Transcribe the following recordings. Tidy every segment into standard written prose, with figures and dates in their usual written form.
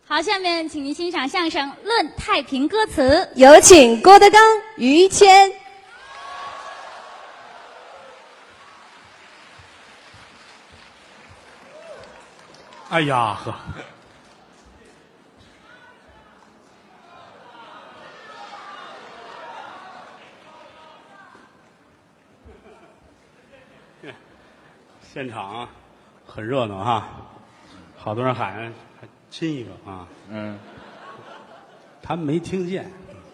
好，下面请您欣赏相声《论太平歌词》， 有请郭德纲、于谦。 哎呀呵，现场很热闹哈，好多人喊还亲一个啊，他们没听见，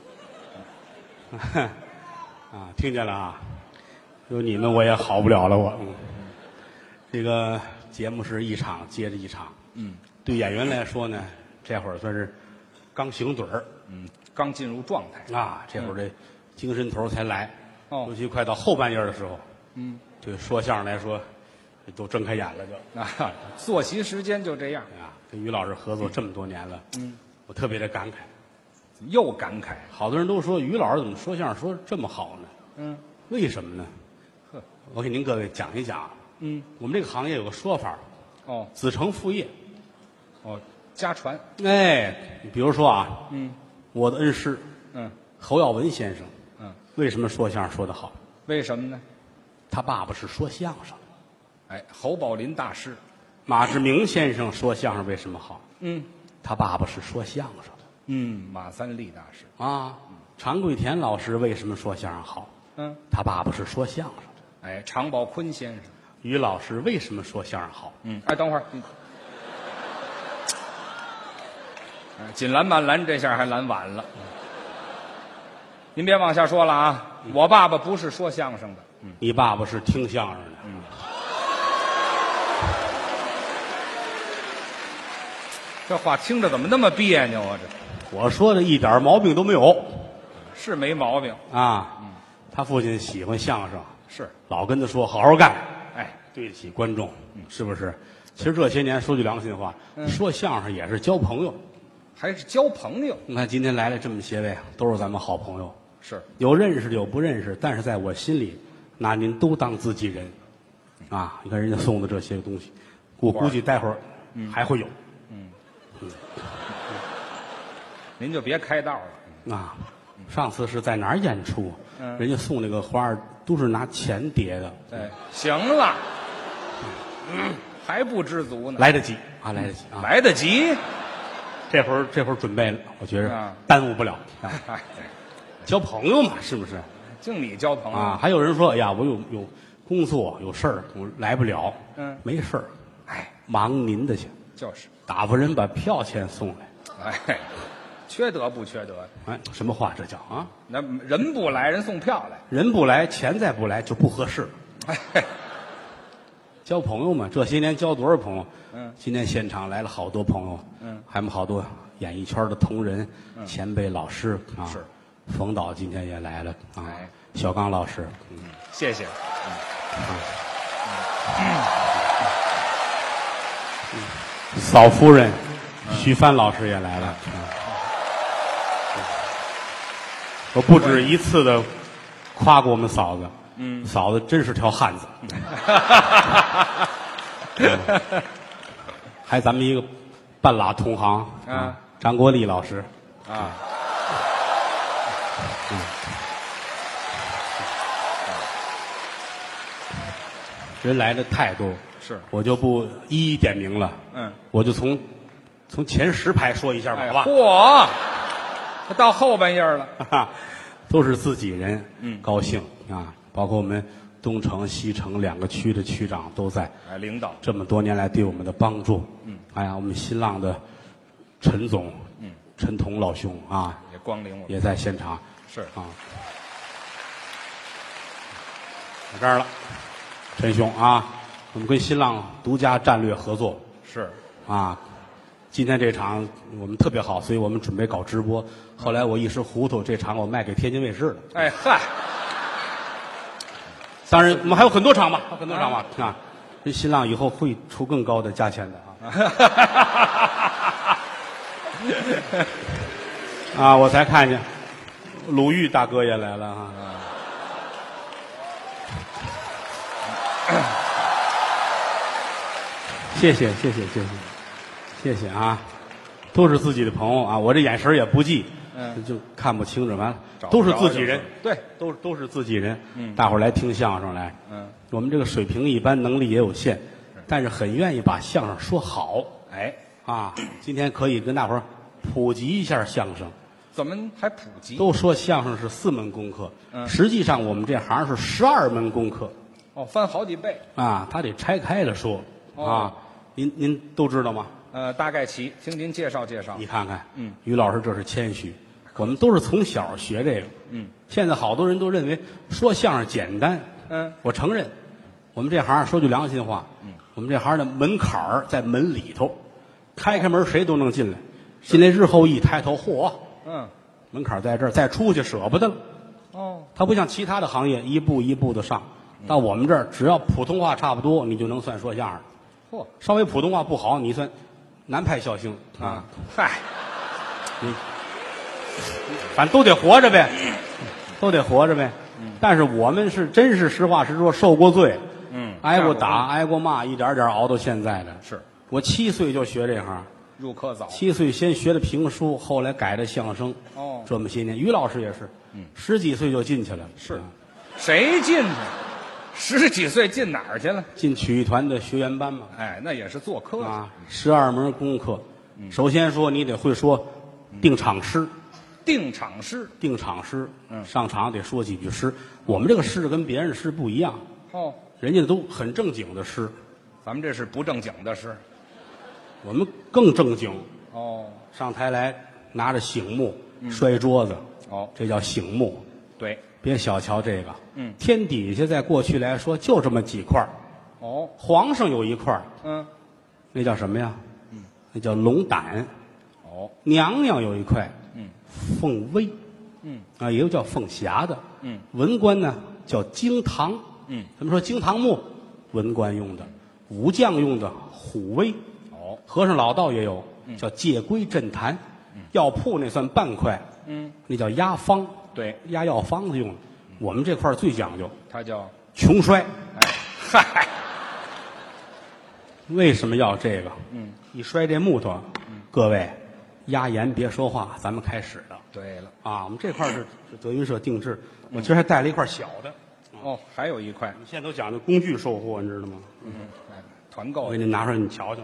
啊，听见了啊，有你们我也好不了了我，这个节目是一场接着一场，对演员来说呢，这会儿算是刚醒盹儿， 刚进入状态啊，这会儿这精神头才来， 哦尤其快到后半夜的时候，对说相声来说，都睁开眼了就， 啊，作息时间就这样， 啊，跟于老师合作这么多年了，我特别的感慨， 又感慨， 好多人都说于老师怎么说相声说这么好呢？为什么呢？ 呵， 我给您各位讲一讲，我们这个行业有个说法， 哦子承父业， 哦，家传， 哎，比如说啊，我的恩师嗯侯耀文先生， 嗯， 为什么说相声说得好？ 为什么呢？ 他爸爸是说相声的。 哎，侯宝林大师， 马志明先生说相声为什么好？ 嗯他爸爸是说相声的马三立大师， 啊。常贵田老师为什么说相声好？他爸爸是说相声的。 哎，常宝坤先生， 于老师为什么说相声好？ 哎，等会儿，哎，紧拦慢拦，这下还拦晚了。您别往下说了啊！我爸爸不是说相声的， 你爸爸是听相声的。 这话听着怎么那么别扭啊？这我说的一点毛病都没有是没毛病， 啊。他父亲喜欢相声， 是， 老跟他说好好干， 哎， 对得起观众，是不是？其实这些年说句良心话，说相声也是交朋友。 还是交朋友， 你看今天来了这么些位，都是咱们好朋友， 是， 有认识的有不认识，但是在我心里，拿您都当自己人，啊！你看人家送的这些东西，我估计待会儿还会有您就别开道了， 啊。上次是在哪儿演出？人家送那个花儿都是拿钱叠的， 哎，行了，还不知足呢， 来得及啊，来得及啊！ 来得及， 这会儿准备了，我觉着啊耽误不了啊。 哎， 交朋友嘛，是不是净你交朋友啊？还有人说，哎呀，我有工作有事儿，我来不了。没事儿， 哎， 忙您的去， 就是， 打发人把票钱送来。 哎，缺德不缺德？ 哎，什么话这叫啊？ 那人不来，人送票来， 人不来，钱再不来就不合适。 哎， 交朋友嘛，这些年交多少朋友？今天现场来了好多朋友，还有好多演艺圈的同仁、前辈老师啊。 是， 冯导今天也来了啊， 哎小刚老师， 谢谢， 嫂夫人徐帆老师也来了。我不止一次的夸过我们嫂子，嫂子真是条汉子。还咱们一个半拉同行张国立老师啊， 人来的太多， 是我就不一一点名了。我就从前10排说一下吧， 哎， 好吧？ 嚯，到后半夜了， 都是自己人，高兴啊！包括我们东城、西城2个区的区长都在， 哎，领导， 这么多年来对我们的帮助，哎呀，我们新浪的陈总，陈彤老兄啊， 也光临我们， 也在现场， 是啊，在这儿了，陈兄啊，我们跟新浪独家战略合作是， 啊。今天这场我们特别好，所以我们准备搞直播。后来我一时糊涂，这场我卖给天津卫视了。 哎嗨， 当然，我们还有很多场吧，还有很多场吧啊！这新浪以后会出更高的价钱的啊！啊，我才看见鲁豫大哥也来了啊！谢谢啊！ 都是自己的朋友啊，我这眼神也不济，就看不清楚，完了都是自己人， 对， 都是自己人，大伙儿来听相声来，我们这个水平一般，能力也有限，但是很愿意把相声说好， 哎， 啊，今天可以跟大伙儿普及一下相声。 怎么还普及？ 都说相声是4门功课，实际上我们这行是12门功课， 哦，翻好几倍啊，他得拆开了说，啊，您都知道吗？ 大概齐，听您介绍介绍。 你看看，于老师这是谦虚，我们都是从小学这个，现在好多人都认为说相声简单，我承认，我们这行说句良心话，我们这行的门槛儿在门里头，开门谁都能进来，进来之后一抬头，嚯！门槛在这儿，再出去舍不得了。哦，它不像其他的行业一步一步的上，到我们这儿只要普通话差不多，你就能算说相声。嚯，稍微普通话不好，你算南派笑星啊。 嗨， 反正都得活着呗，都得活着呗。但是我们是真是实话实说，受过罪，挨过打，挨过骂，一点点熬到现在的。 是我7岁就学这行。 入课早 ，7岁先学的评书，后来改的相声。 哦， 这么些年，于老师也是，10几岁就进去了。 是，谁进去？10几岁进哪儿去了？ 进曲艺团的学员班嘛。 哎，那也是做客啊，12门功课。首先说，你得会说定场诗。 定场诗， 定场诗。上场得说几句诗。我们这个诗跟别人的诗不一样。 哦， 人家都很正经的诗， 咱们这是不正经的诗。 我们更正经哦， 上台来拿着醒目摔桌子， 哦， 这叫醒目。 对， 别小瞧这个，天底下在过去来说就这么几块儿。 哦， 皇上有一块儿，那叫什么呀？那叫龙胆。 哦， 娘娘有一块，凤威，啊，也有叫凤霞的，文官呢叫惊堂，咱们说惊堂木，文官用的，武将用的虎威。和尚老道也有，叫借龟镇坛，药铺那算半块，那叫压方， 对， 压药方子用的。我们这块最讲究， 它叫穷摔。 哎，嗨， 为什么要这个？一摔这木头，各位压严别说话，咱们开始了。 对了啊，我们这块是德云社定制，我今儿还带了一块小的。 哦，还有一块， 现在都讲究工具售货，你知道吗？ 团购， 我给你拿出来，你瞧瞧。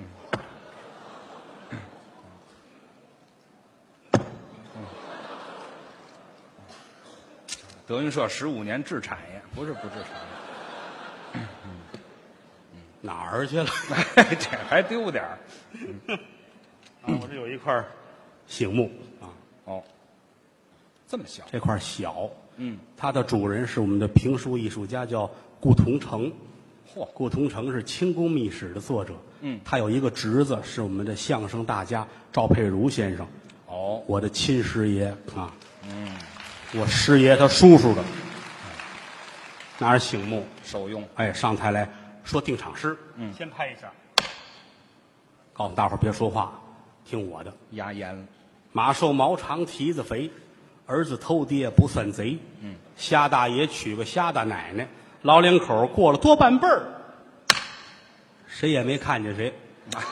德云社15年制产业，不是不制产业， 哪儿去了？ 这还丢点儿。 我这有一块醒目啊。 哦，这么小？ 这块小。它的主人是我们的评书艺术家，叫顾同城。 嚯， 顾同城是《清宫秘史》的作者。他有一个侄子是我们的相声大家赵佩茹先生。哦，我的亲师爷啊。我师爷他叔叔的，拿着醒目手用， 哎，上台来说定场诗。先拍一下，告诉大伙儿别说话，听我的。 压严了。 马瘦毛长蹄子肥，儿子偷爹不算贼。虾大爷娶个虾大奶奶，老两口过了多半辈儿，谁也没看见谁。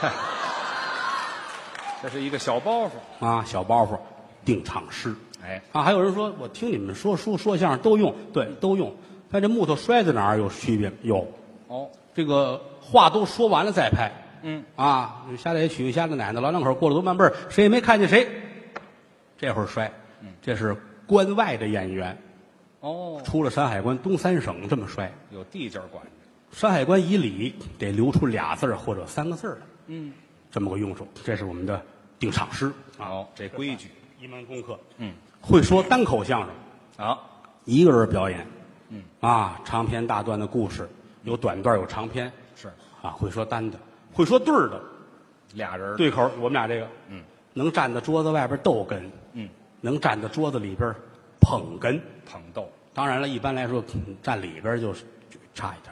这是一个小包袱啊，小包袱，定场诗。 哎， 啊，还有人说我听你们说书说相声都用，对，都用。但这木头摔在哪儿有区别？有。哦，这个话都说完了再拍。啊，瞎大爷娶个瞎的奶奶，老两口过了多半辈儿，谁也没看见谁。这会儿摔，这是关外的演员。哦，出了山海关东三省这么摔， 有地界管着。 山海关以里得留出俩字或者3个字来。这么个用处。这是我们的定场诗。 哦，这规矩。 一门功课。会说单口相声啊， 一个人表演。啊，长篇大段的故事，有短段有长篇。 是啊，会说单的，会说对儿的， 俩人对口。我们俩这个，能站在桌子外边逗哏，能站在桌子里边捧哏， 捧逗。 当然了，一般来说站里边就差一点。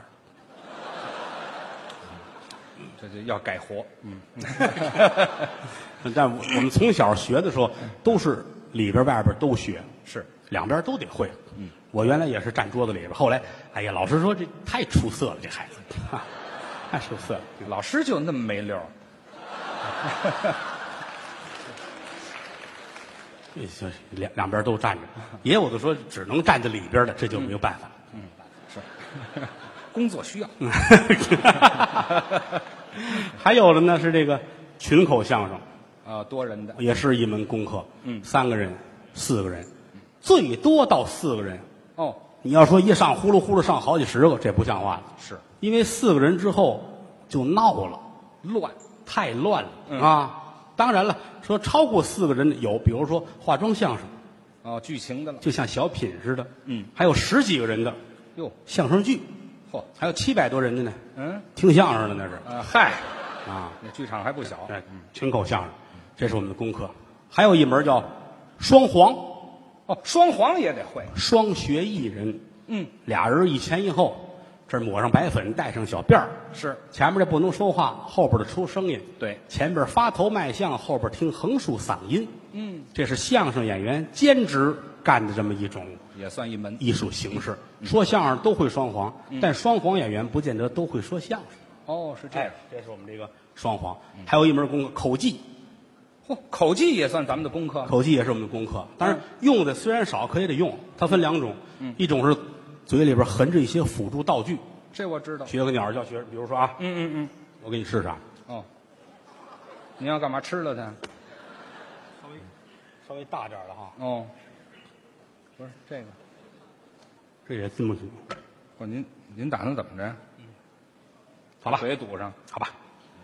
这就要改活。 但我们从小学的时候都是里边外边都学， 是两边都得会。我原来也是站桌子里边，后来哎呀，老师说这太出色了，这孩子，太出色了。 老师就那么没溜儿。 就两边都站着，也有的说只能站在里边的，这就没有办法。 是工作需要。 还有的呢是这个群口相声， 啊，多人的也是一门功课。3个人、4个人，最多到4个人。 哦， 你要说一上呼噜呼噜上好几十个，这不像话了。 是因为4个人之后就闹了， 乱。 太乱了啊！当然了，说超过4个人的有，比如说化妆相声， 哦，剧情的了。 就像小品似的。还有10几个人的哟， 相声剧， 嚯， 还有700多人的呢。 嗯， 听相声的那是嗨， 啊， 那剧场还不小。 哎，群口相声，这是我们的功课。还有一门叫双簧， 哦，双簧也得会。 双学艺人。俩人一前一后，这儿抹上白粉，带上小辫儿， 是前面这不能说话，后边的出声音。 对， 前边发头卖相，后边听横竖嗓音。这是相声演员兼职干的这么一种也算一门艺术形式。说相声都会双簧，但双簧演员不见得都会说相声。 哦，是这样。 这是我们这个双簧。还有一门功课口技， 嚯，口技也算咱们的功课。 口技也是我们的功课。当然用的虽然少，可也得用。它分2种，一种是嘴里边含着一些辅助道具。 这我知道。 学个鸟叫学，比如说啊，我给你试试啊。 哦，您要干嘛吃了它？ 稍微大点的哈。 哦，不是这个， 这也这么组。 不，您打算怎么着？ 好吧， 嘴堵上， 好吧。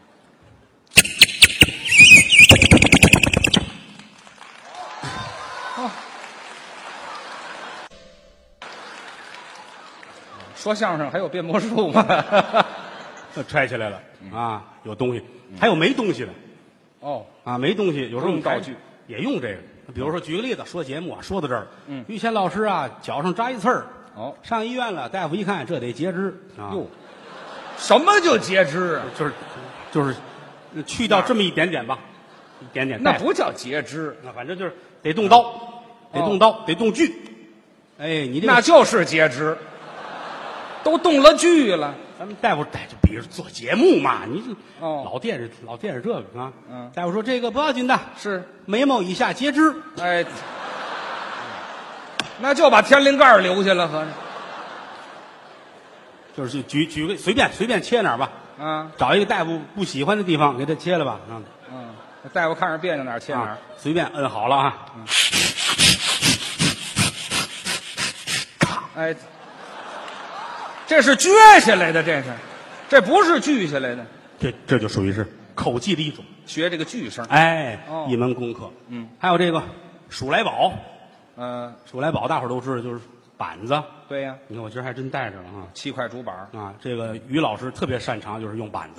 哦，说相声还有变魔术吗？ 揣起来了啊，有东西，还有没东西的。 哦， 啊，没东西，有时候用道具也用这个。比如说，举个例子，说节目啊，说到这儿，于谦老师啊，脚上扎一刺儿， 哦， 上医院了，大夫一看，这得截肢啊。 哟，什么就截肢啊？ 就是去掉这么一点点吧，一点点。 那不叫截肢， 那反正就是得动刀，得动刀，得动锯。哎，你这那就是截肢，都动了锯了。 咱们大夫就比如做节目嘛，你这老惦着这个啊。大夫说这个不要紧的， 是眉毛以下截肢。 哎，那就把天灵盖留下了，合着。 就是举个随便切哪儿吧， 啊， 找一个大夫不喜欢的地方给他切了吧， 大夫看着别扭哪儿切哪儿， 随便摁好了啊。 哎，这是撅下来的，这不是锯下来的， 这就属于是口技的一种， 学这个锯声。 哎， 哦一门功课。还有这个数来宝，数来宝大伙儿都知道，就是板子。 对呀， 你看我今儿还真带着了啊。 7块竹板啊，这个于老师特别擅长就是用板子。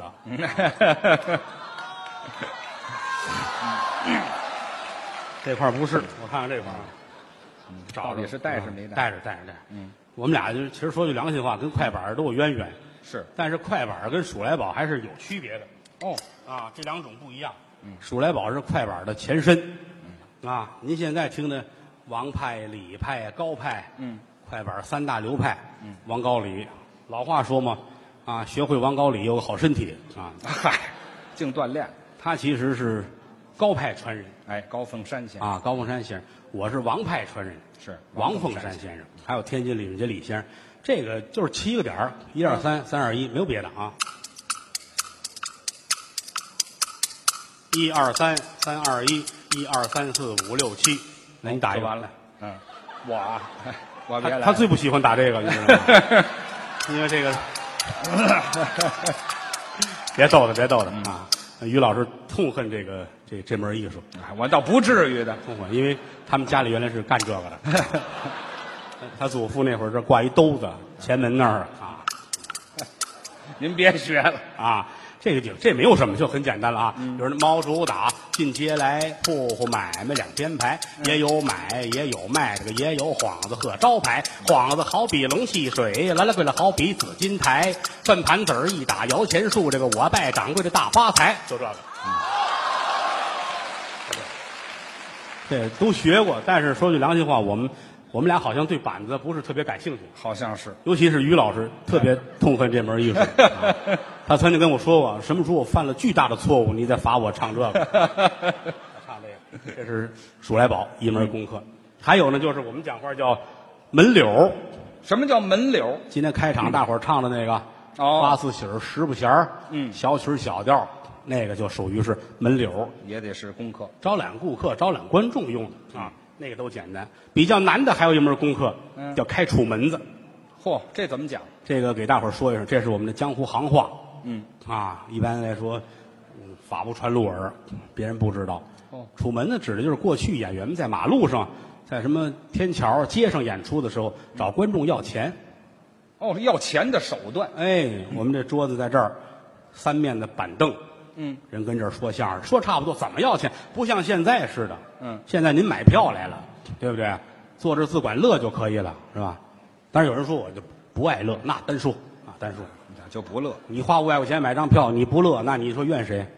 这块儿不是，我看看这块儿， 到底是带是没带？带着。我们俩就其实说句良心话，跟快板儿都有渊源。 是， 但是快板儿跟数来宝还是有区别的。 哦， 啊，这2种不一样。数来宝是快板儿的前身。啊，您现在听的王派、李派、高派，快板3大流派，王高李。老话说嘛，啊，学会王高李有个好身体啊。 嗨，净锻炼。 他其实是高派传人。 哎，高凤山先生啊，高凤山先生，我是王派传人， 是王凤山先生，还有天津李润杰李先生，这个就是7个点儿，1 2 3 3 2 1，没有别的啊。1 2 3 3 2 1 1 2 3 4 5 6 7，那你打一完了。我别来。 他最不喜欢打这个，你知道吗？因为这个，别逗他啊！于老师痛恨这门艺术， 我倒不至于的， 痛恨，因为他们家里原来是干这个的。他祖父那会儿这挂一兜子，前门那儿啊。 您别学了啊！这没有什么，就很简单了啊。有人毛主打进街来，户户买卖2天牌，也有买也有卖，这个也有幌子和招牌。幌子好比龙戏水，来了贵了好比紫金台。转盘子儿一打摇钱树，这个我拜掌柜的大发财，就这个。这都学过，但是说句良心话，我们俩好像对板子不是特别感兴趣， 好像是， 尤其是于老师特别痛恨这门艺术。他曾经跟我说过，什么时候我犯了巨大的错误，你再罚我唱这个。唱这个， 这是数来宝一门功课。还有呢，就是我们讲话叫门柳。 什么叫门柳？ 今天开场大伙儿唱的那个哦八四喜儿十不弦儿，小曲儿小调，那个就属于是门柳， 也得是功课。 招揽顾客、招揽观众用的啊。那个都简单。比较难的还有一门功课，叫开楚门子。 嚯，这怎么讲？ 这个给大伙儿说一声，这是我们的江湖行话。一般来说，法不传入耳，别人不知道。楚门子指的就是过去演员们在马路上，在什么天桥、街上演出的时候，找观众要钱。 哦，要钱的手段。 哎，我们这桌子在这儿，3面的板凳。人跟这儿说相声，说差不多，怎么要钱？不像现在似的。现在您买票来了，对不对？坐这自管乐就可以了，是吧？但是有人说我就不爱乐，那单说啊，单说就不乐。 你花500块钱买张票，你不乐，那你说怨谁？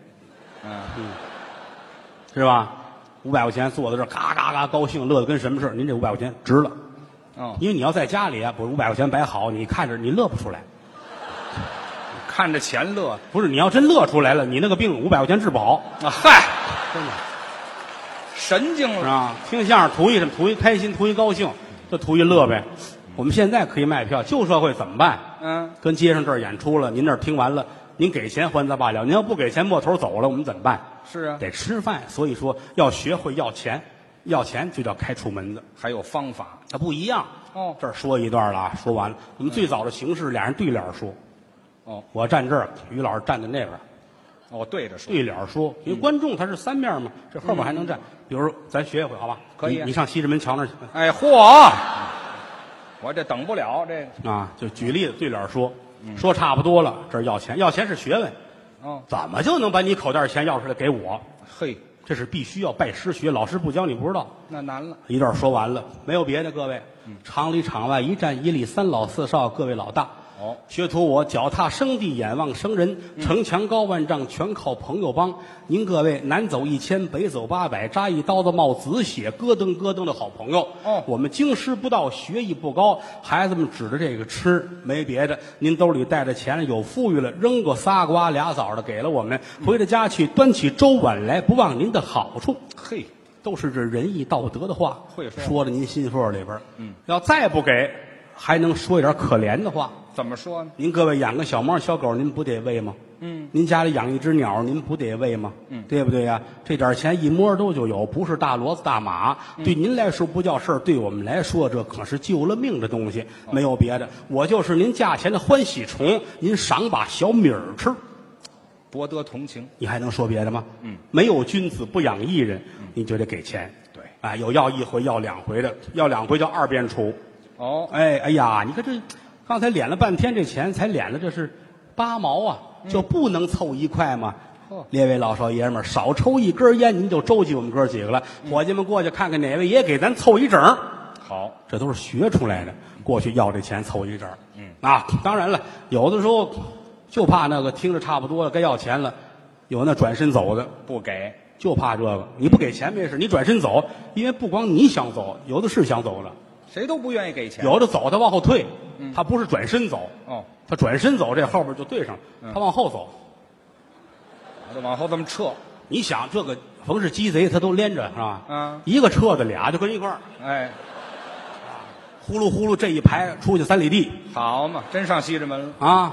是吧？500块钱坐在这儿，嘎嘎嘎高兴，乐得跟什么似的。您这500块钱值了。因为你要在家里啊，不是500块钱摆好，你看着你乐不出来。 看着钱乐， 不是你要真乐出来了，你那个病500块钱治不好啊！嗨， 真的神经了是吧？听相声图一什么？图一开心，图一高兴，就图一乐呗。我们现在可以卖票，旧社会怎么办？跟街上这儿演出了，您这儿听完了，您给钱还则罢了，您要不给钱摸头走了，我们怎么办？ 是啊， 得吃饭，所以说要学会要钱，要钱就叫开楚门子， 还有方法， 它不一样。这儿说一段了啊，说完了。我们最早的形式，俩人对脸说。我站这儿，于老师站在那边。 对着说， 对脸说，因为观众他是3面嘛，这后边还能站。比如咱学一回，好吧？ 可以。 你上西直门桥那儿去。 哎，嚯！我这等不了这个啊，就举例子对脸说，说差不多了，这儿要钱，要钱是学问。怎么就能把你口袋钱要出来给我？ 嘿， 这是必须要拜师学，老师不教你不知道。 那难了。 一段说完了，没有别的，各位，场里场外一站一立，三老四少，各位老大。学徒我脚踏生地，眼望生人，城墙高万丈，全靠朋友帮。您各位南走1000，北走800，扎一刀子冒紫血，咯噔咯噔的好朋友。我们经师不到，学艺不高，孩子们指着这个吃，没别的。您兜里带着钱了，有富裕了，扔个仨瓜俩枣的给了我们，回到家去端起粥碗来，不忘您的好处。 嘿， 都是这仁义道德的话， 会说， 说到您心缝里边。要再不给，还能说一点可怜的话。 怎么说呢？ 您各位养个小猫小狗，您不得喂吗？您家里养一只鸟，您不得喂吗？对不对呀？这点钱一摸都就有，不是大骡子大马，对您来说不叫事儿，对我们来说这可是救了命的东西。没有别的，我就是您价钱的欢喜虫，您赏把小米儿吃， 博得同情。 你还能说别的吗？没有君子不养艺人，你就得给钱。 对， 有要1回要2回的，要2回叫2遍处。哎呀，你看这。刚才敛了半天，这钱才敛了，这是8毛啊，就不能凑1块吗？列位老少爷们儿，少抽一根烟，您就周济我们哥几个了。伙计们过去看看哪位也给咱凑一整。 好， 这都是学出来的。过去要这钱凑一整。当然了，有的时候就怕那个听着差不多了，该要钱了，有那转身走的不给， 就怕这个。你不给钱没事，你转身走，因为不光你想走，有的是想走的。 谁都不愿意给钱， 有的走他往后退，他不是转身走，他转身走这后边就对上了，他往后走， 就往后这么撤。 你想这个逢是鸡贼他都连着是吧？一个车子俩就跟一块儿， 哎， 呼噜呼噜这一排出去3里地， 好嘛，真上西直门了啊！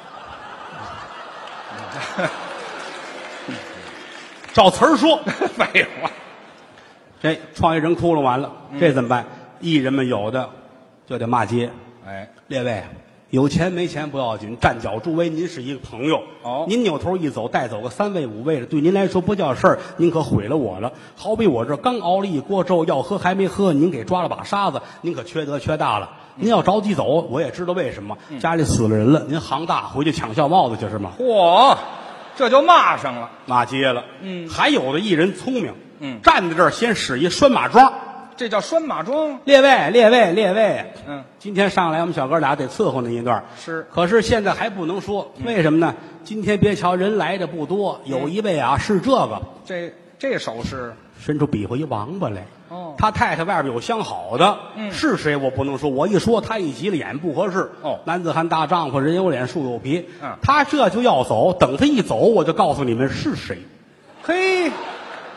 照词儿说， 废话， 这创业人窟窿完了，这怎么办？艺人们有的就得骂街。列位，有钱没钱不要紧，站脚助威，您是一个朋友。您扭头一走，带走个3位5位的，对您来说不叫事儿，您可毁了我了。好比我这刚熬了一锅粥，要喝还没喝，您给抓了把沙子，您可缺德缺大了。您要着急走，我也知道为什么，家里死了人了，您行大回去抢校帽子去是吗？ 嚯，这就骂上了， 骂街了。还有的艺人聪明，站在这儿先使一拴马桩。 这叫拴马桩。 列位，今天上来我们小哥俩得伺候您一段。 是， 可是现在还不能说，为什么呢？今天别瞧人来的不多，有一位啊是这个， 这手势伸出比划一王八来。他太太外边有相好的，是谁我不能说，我一说他一急了眼不合适。男子汉大丈夫，人有脸树有皮。他这就要走，等他一走，我就告诉你们是谁。 嘿，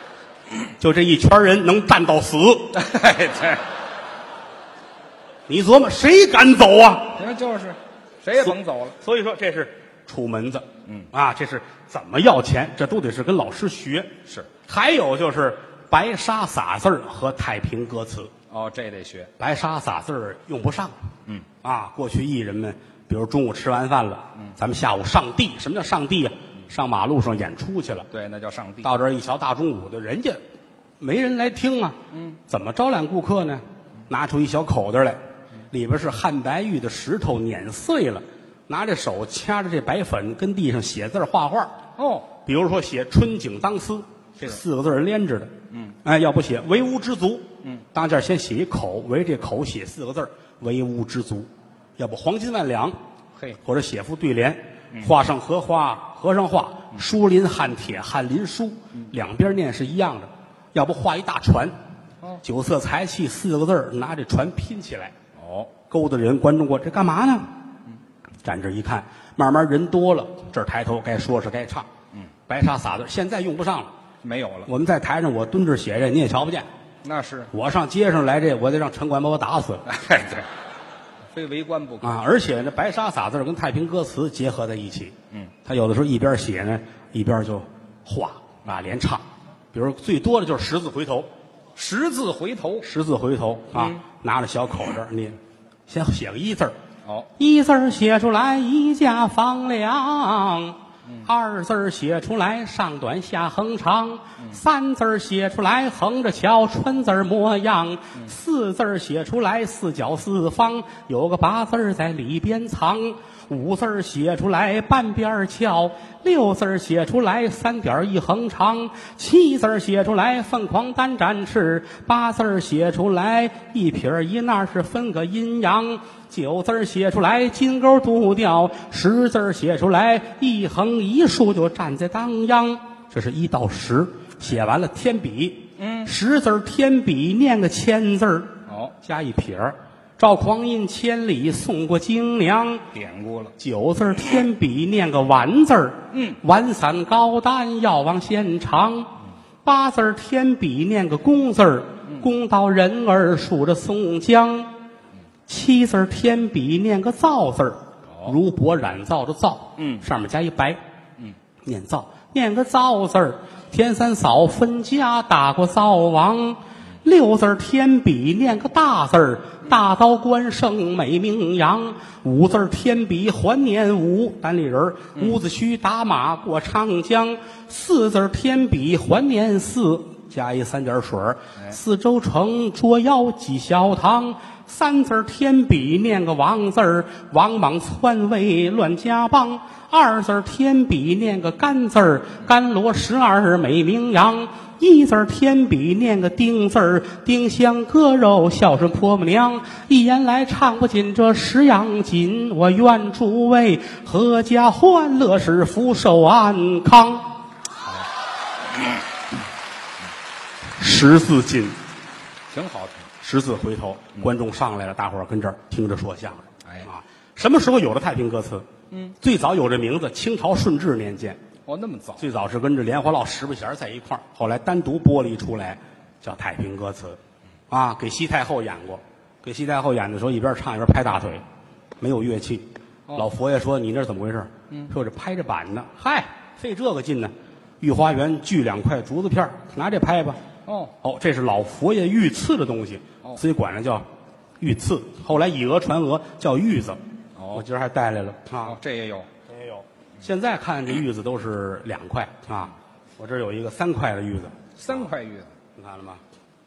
就这一圈人能站到死。 对， 你琢磨谁敢走啊？ 你说就是，谁也甭走了。 所以说这是出门子，这是怎么要钱，这都得是跟老师学。 是， 还有就是白沙撒字儿和太平歌词。 哦，这得学。 白沙撒字儿用不上，过去艺人们，比如中午吃完饭了，咱们下午上地。什么叫上地啊？上马路上演出去了。 对，那叫上地。 到这儿一瞧，大中午的，人家没人来听啊，怎么招揽顾客呢？拿出一小口袋来，里边是汉白玉的石头碾碎了，拿着手掐着这白粉，跟地上写字画画。 哦， 比如说写春景当思，这4个字连着的。要不写为吾之足，当间先写一口，围这口写4个字为吾之足。要不黄金万两， 嘿， 或者写副对联，画上荷花，和尚画，书临汉帖，汉临书，两边念是一样的。要不画一大船，酒色财气4个字拿这船拼起来。 哦， 勾搭人，观众过这干嘛呢？站这一看，慢慢人多了，这儿抬头该说是该唱。白沙撒字现在用不上了， 没有了。 我们在台上我蹲着写着，你也瞧不见。 那是， 我上街上来这，我得让城管把我打死。 哎，对，非围观不可。 而且呢，白沙撒字跟太平歌词结合在一起。他有的时候一边写呢，一边就画连唱。比如最多的就是十字回头， 十字回头拿着小口袋，你先写个一字儿。 一字写出来一家房梁。 2字写出来上短下横长，3字写出来横着瞧春字模样，4字写出来4角4方，有个8字在里边藏，5字写出来半边翘，6字写出来3点1横长，7字写出来凤凰单展翅，8字写出来一撇一捺是分个阴阳，9字写出来金钩独调，10字写出来一横一竖就站在当央。这是1到10，写完了添笔，10字添笔念个千字加一撇赵匡胤千里送过京娘， 典故了。 9字添笔念个完字完散高丹要往现场。8字添笔念个公字公到人儿数着宋江。7字添笔念个造字如帛染造的造，上面加一白，念造，念个造字田三嫂分家打过灶王。6字添笔念个大字大刀关胜美名扬。5字添笔还念5单立人伍子胥打马过长江。4字添笔还念4加一3点水4周城捉妖祭小堂。3字添笔念个王字王莽篡位乱家邦。2字添笔念个甘字甘罗12美名扬。1字添笔念个丁字丁香割肉孝顺婆母娘。一言来唱不尽这10样锦，我愿诸位阖家欢乐是福寿安康。10字锦挺好听。 10字回头，观众上来了，大伙儿跟这儿听着说相声。什么时候有的太平歌词？最早有这名字，清朝顺治年间。 那么早。 最早是跟着莲花落十八弦在一块儿，后来单独剥离出来，叫太平歌词。给西太后演过，给西太后演的时候一边唱一边拍大腿，没有乐器。老佛爷说：“你这怎么回事？”说：“这拍着板呢。”嗨，费这个劲呢！御花园锯2块竹子片，拿这拍吧。这是老佛爷御赐的东西，所以管它叫御赐。后来以讹传讹，叫玉子。我今儿还带来了这也有。 现在看这玉子都是2块我这儿有一个3块的玉子 ，3块玉子， 你看了吗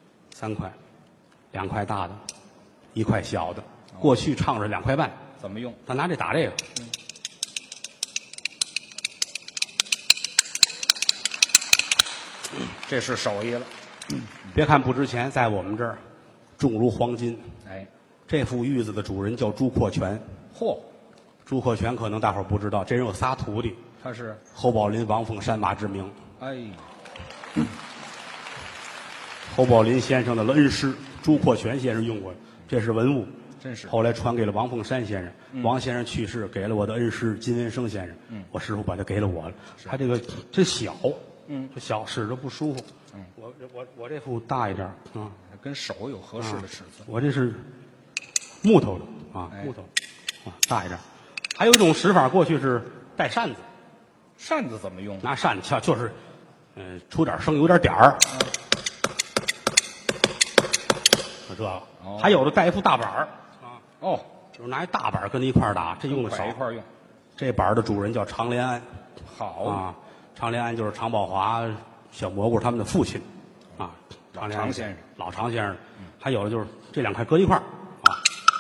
？3块，2块大的，1块小的。过去唱是2块半， 怎么用？ 他拿这打这个。 这是手艺了。 别看不值钱，在我们这儿重如黄金。这副玉子的主人叫朱阔全。朱阔全可能大伙儿不知道，这人有仨徒弟。 他是侯宝林、王凤山、马志明。侯宝林先生的恩师朱阔全先生用过，这是文物， 真是。 后来传给了王凤山先生，王先生去世，给了我的恩师金文生先生。我师傅把他给了我了。他这个真小， 这小使着不舒服。我这副大一点啊， 跟手有合适的尺寸。 我这是木头的啊，木头啊，大一点。还有一种使法，过去是带扇子， 扇子怎么用？ 拿扇子敲，就是出点声，有点点儿。就这个，还有的带一副大板儿啊，就是拿一大板儿跟他一块儿打，这用的少。 一块儿用。 这板儿的主人叫常连安， 好啊，常连安就是常宝华、小蘑菇他们的父亲，啊， 老常先生， 老常先生。还有的就是这两块搁一块儿啊，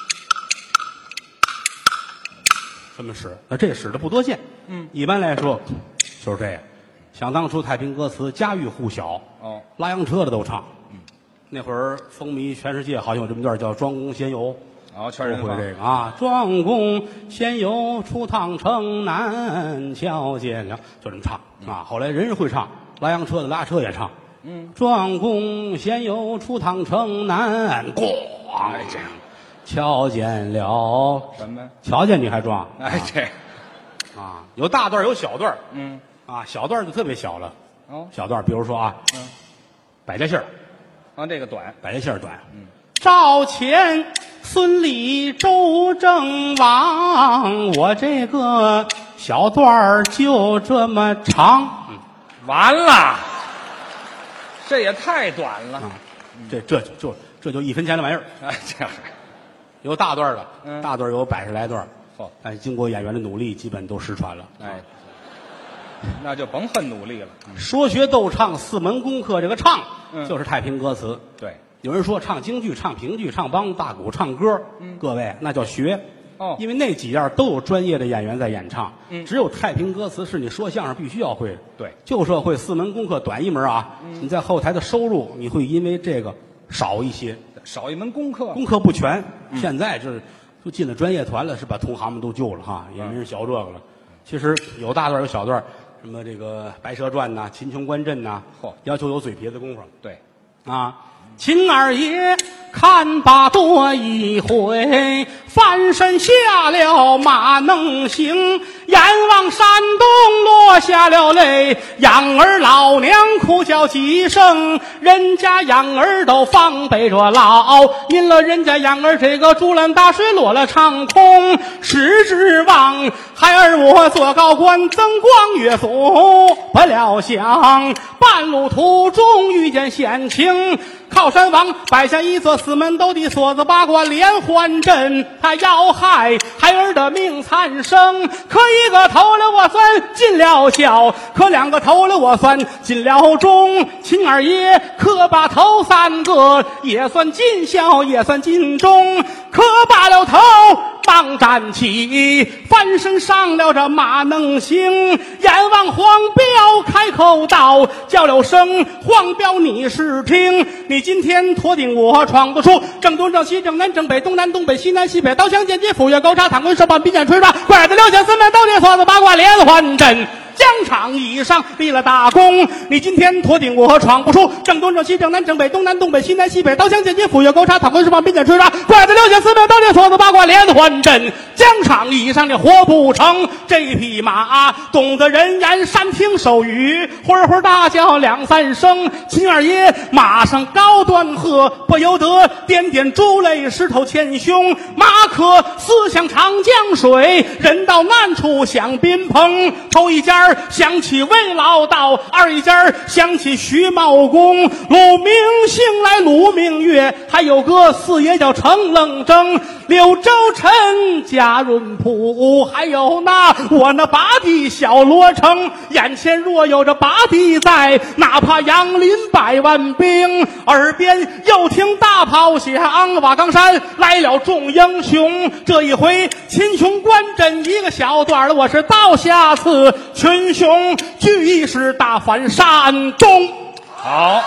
这么使。那这使的不多见，一般来说就是这样。想当初太平歌词家喻户晓，拉洋车的都唱。那会儿风靡全世界，好像有这么段叫《庄公闲游》。 全人会这个啊！庄公闲游出趟城南，瞧见了，就这么唱啊。后来人人会唱，拉洋车的拉车也唱。庄公闲游出趟城南，咣，这样，瞧见了什么？ 瞧见你还装？ 这啊，有大段有小段。小段就特别小了。小段，比如说啊，百家姓这个短， 百家姓短。赵钱孙李周郑王，我这个小段儿就这么长。 完了，这也太短了。 这就1分钱的玩意儿。 这有大段的，大段有100来段。但经过演员的努力，基本都失传了。 那就甭恨努力了。 说学逗唱4门功课，这个唱就是太平歌词。 对。 有人说唱京剧、唱评剧、唱梆子、大鼓、唱歌，各位那叫学。因为那几样都有专业的演员在演唱。只有太平歌词是你说相声必须要会的。 对， 就说会4门功课，短一门啊。你在后台的收入，你会因为这个少一些， 少一门功课， 功课不全。现在就进了专业团了，是把同行们都救了哈，也没人学这个了。其实有大段有小段，什么这个《白蛇传》呐，《秦琼观阵》呐，要求有嘴皮子功夫。 对， 啊。秦二爷看罢多一回，翻身下了马能行，眼望山东落下了泪，养儿老娘哭叫几声，人家养儿都放背着老，因了人家养儿这个竹篮打水落了长空，时指望孩儿我做高官增光越祖，不料想半路途中遇见险情，靠山王摆下一座4门斗的锁子八卦连环阵，他要害孩儿的命惨生，可一个头了我算进了孝，可2个头了我算进了忠，秦二爷可把头3个也算尽孝也算尽忠，可把了头忙站起，翻身上了这马能行，眼望黄标开口道，叫了声黄标你是听，你今天托定我闯不出，正东正西正南正北东南东北西南西北，刀枪剑戟斧钺钩叉躺棍射棒笔剑锤抓，拐子六将4门斗地锁子八卦连环阵，疆场以上立了大功，你今天托定我闯不出，正东正西正南正北东南东北西南西北，刀枪剑戟斧钺钩叉躺棍射棒笔剑锤抓，拐子六将4门斗地锁子八卦连环阵，疆场以上这活不成，这匹马懂得人言善听手语，会会大叫2、3声，秦二爷马上高端喝，不由得点点珠泪石头前胸，马可思想长江水，人到难处想宾朋，头一家想起魏老道，二一家想起徐茂公，鲁明星来鲁明月，还有个四爷叫程愣怔，柳州陈贾润甫，还有我那八弟小罗成，眼前若有这八弟在，哪怕杨林100万兵，耳边又听大炮响，瓦岗山来了众英雄，这一回秦琼观阵一个小段了，我是到下次群雄聚义是大反山东。 好，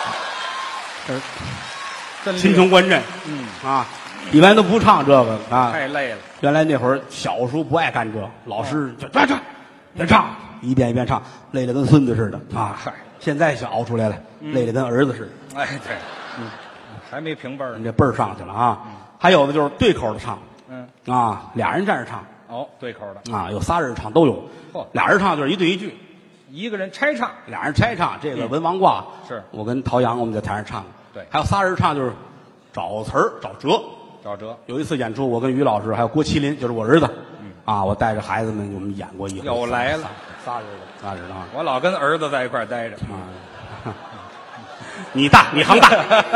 秦琼观阵，一般都不唱这个啊， 太累了。 原来那会儿小时候不爱干这，老师就别唱，一遍一遍唱，累得跟孙子似的啊。现在想熬出来了，累得跟儿子似的。 对，还没平辈儿， 你这辈儿上去了啊。还有的就是对口的唱，俩人站着唱， 对口的有仨人唱都有，俩人唱就是一对一句， 一个人拆唱， 俩人拆唱。这个文王卦是我跟陶阳我们在台上唱， 对还有仨人唱就是找词儿找辙。 赵哲有一次演出，我跟于老师还有郭麒麟，就是我儿子，我带着孩子们我们演过一回。 又来了， 仨人啊！ 我老跟儿子在一块儿待着。 你大，你行大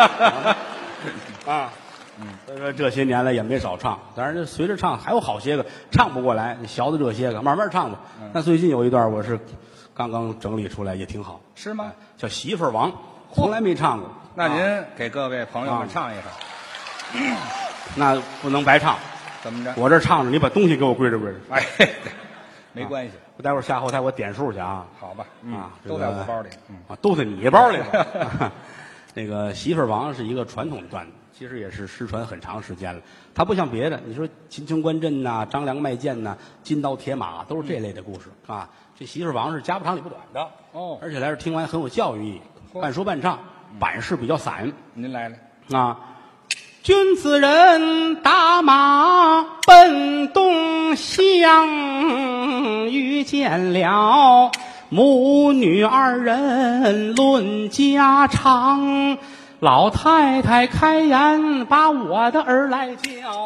啊！所以说这些年来也没少唱，当然随着唱还有好些个唱不过来，学的这些个慢慢唱吧。那最近有一段我是刚刚整理出来，也挺好， 是吗？ 叫《媳妇儿王》，从来没唱过。 那您给各位朋友们唱一唱。 那不能白唱， 怎么着？ 我这唱着，你把东西给我归置归置。 哎，没关系， 我待会儿下后台我点数去啊。 好吧， 这个都在我包里。 都在你包里了。那个媳妇儿王是一个传统段子，其实也是失传很长时间了。它不像别的，你说秦琼观阵呐、张良卖剑呐、金刀铁马都是这类的故事啊。这媳妇儿王是家不长里不短的哦， 而且来这听完很有教育意义，半说半唱，板式比较散。 您来了。 啊，君子人打马奔东乡，遇见了母女二人论家常。老太太开言把我的儿来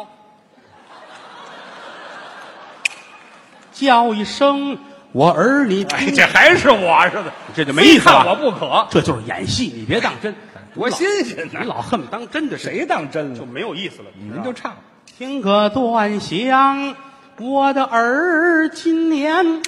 叫一声我儿你听。 哎，这还是我似的， 这就没意思了。 非看我不可， 这就是演戏，你别当真， 多新鲜呢！ 你老恨不当真的， 谁当真了？ 就没有意思了。 您就唱。 听个段详，我的儿今年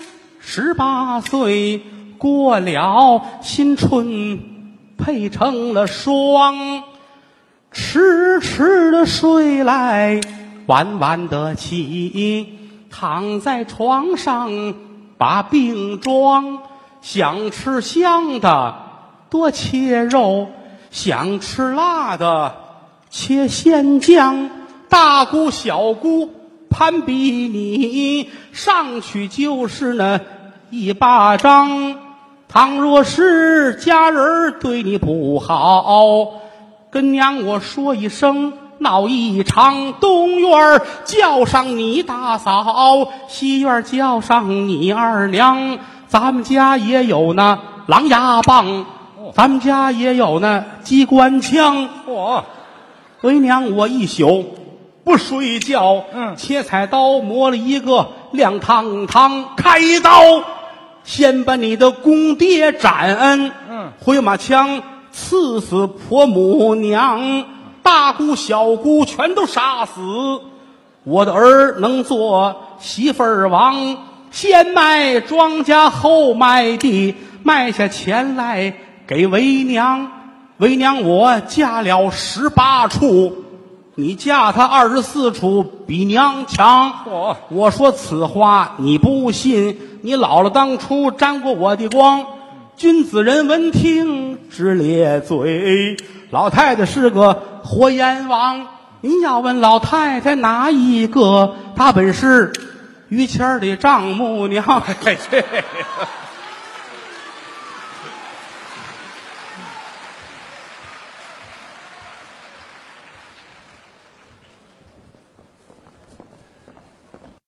18岁，过了新春配成了双，迟迟的睡来，晚晚的起，躺在床上把病装，想吃香的多切肉，想吃辣的切鲜姜，大姑小姑攀比你，上去就是那一巴掌。倘若是家人对你不好，跟娘我说一声闹一场。东院叫上你大嫂，西院叫上你二娘，咱们家也有那狼牙棒，咱们家也有那机关枪。为娘我一宿不睡觉，切菜刀磨了一个亮堂堂，开刀先把你的公爹斩，回马枪刺死婆母娘，大姑小姑全都杀死，我的儿能做媳妇儿王。先卖庄稼后卖地，卖下钱来给为娘，为娘我嫁了18处，你嫁他24处比娘强。我说此话你不信，你姥姥当初沾过我的光。君子人闻听直咧嘴，老太太是个活阎王。您要问老太太哪一个，她本是于谦儿的丈母娘。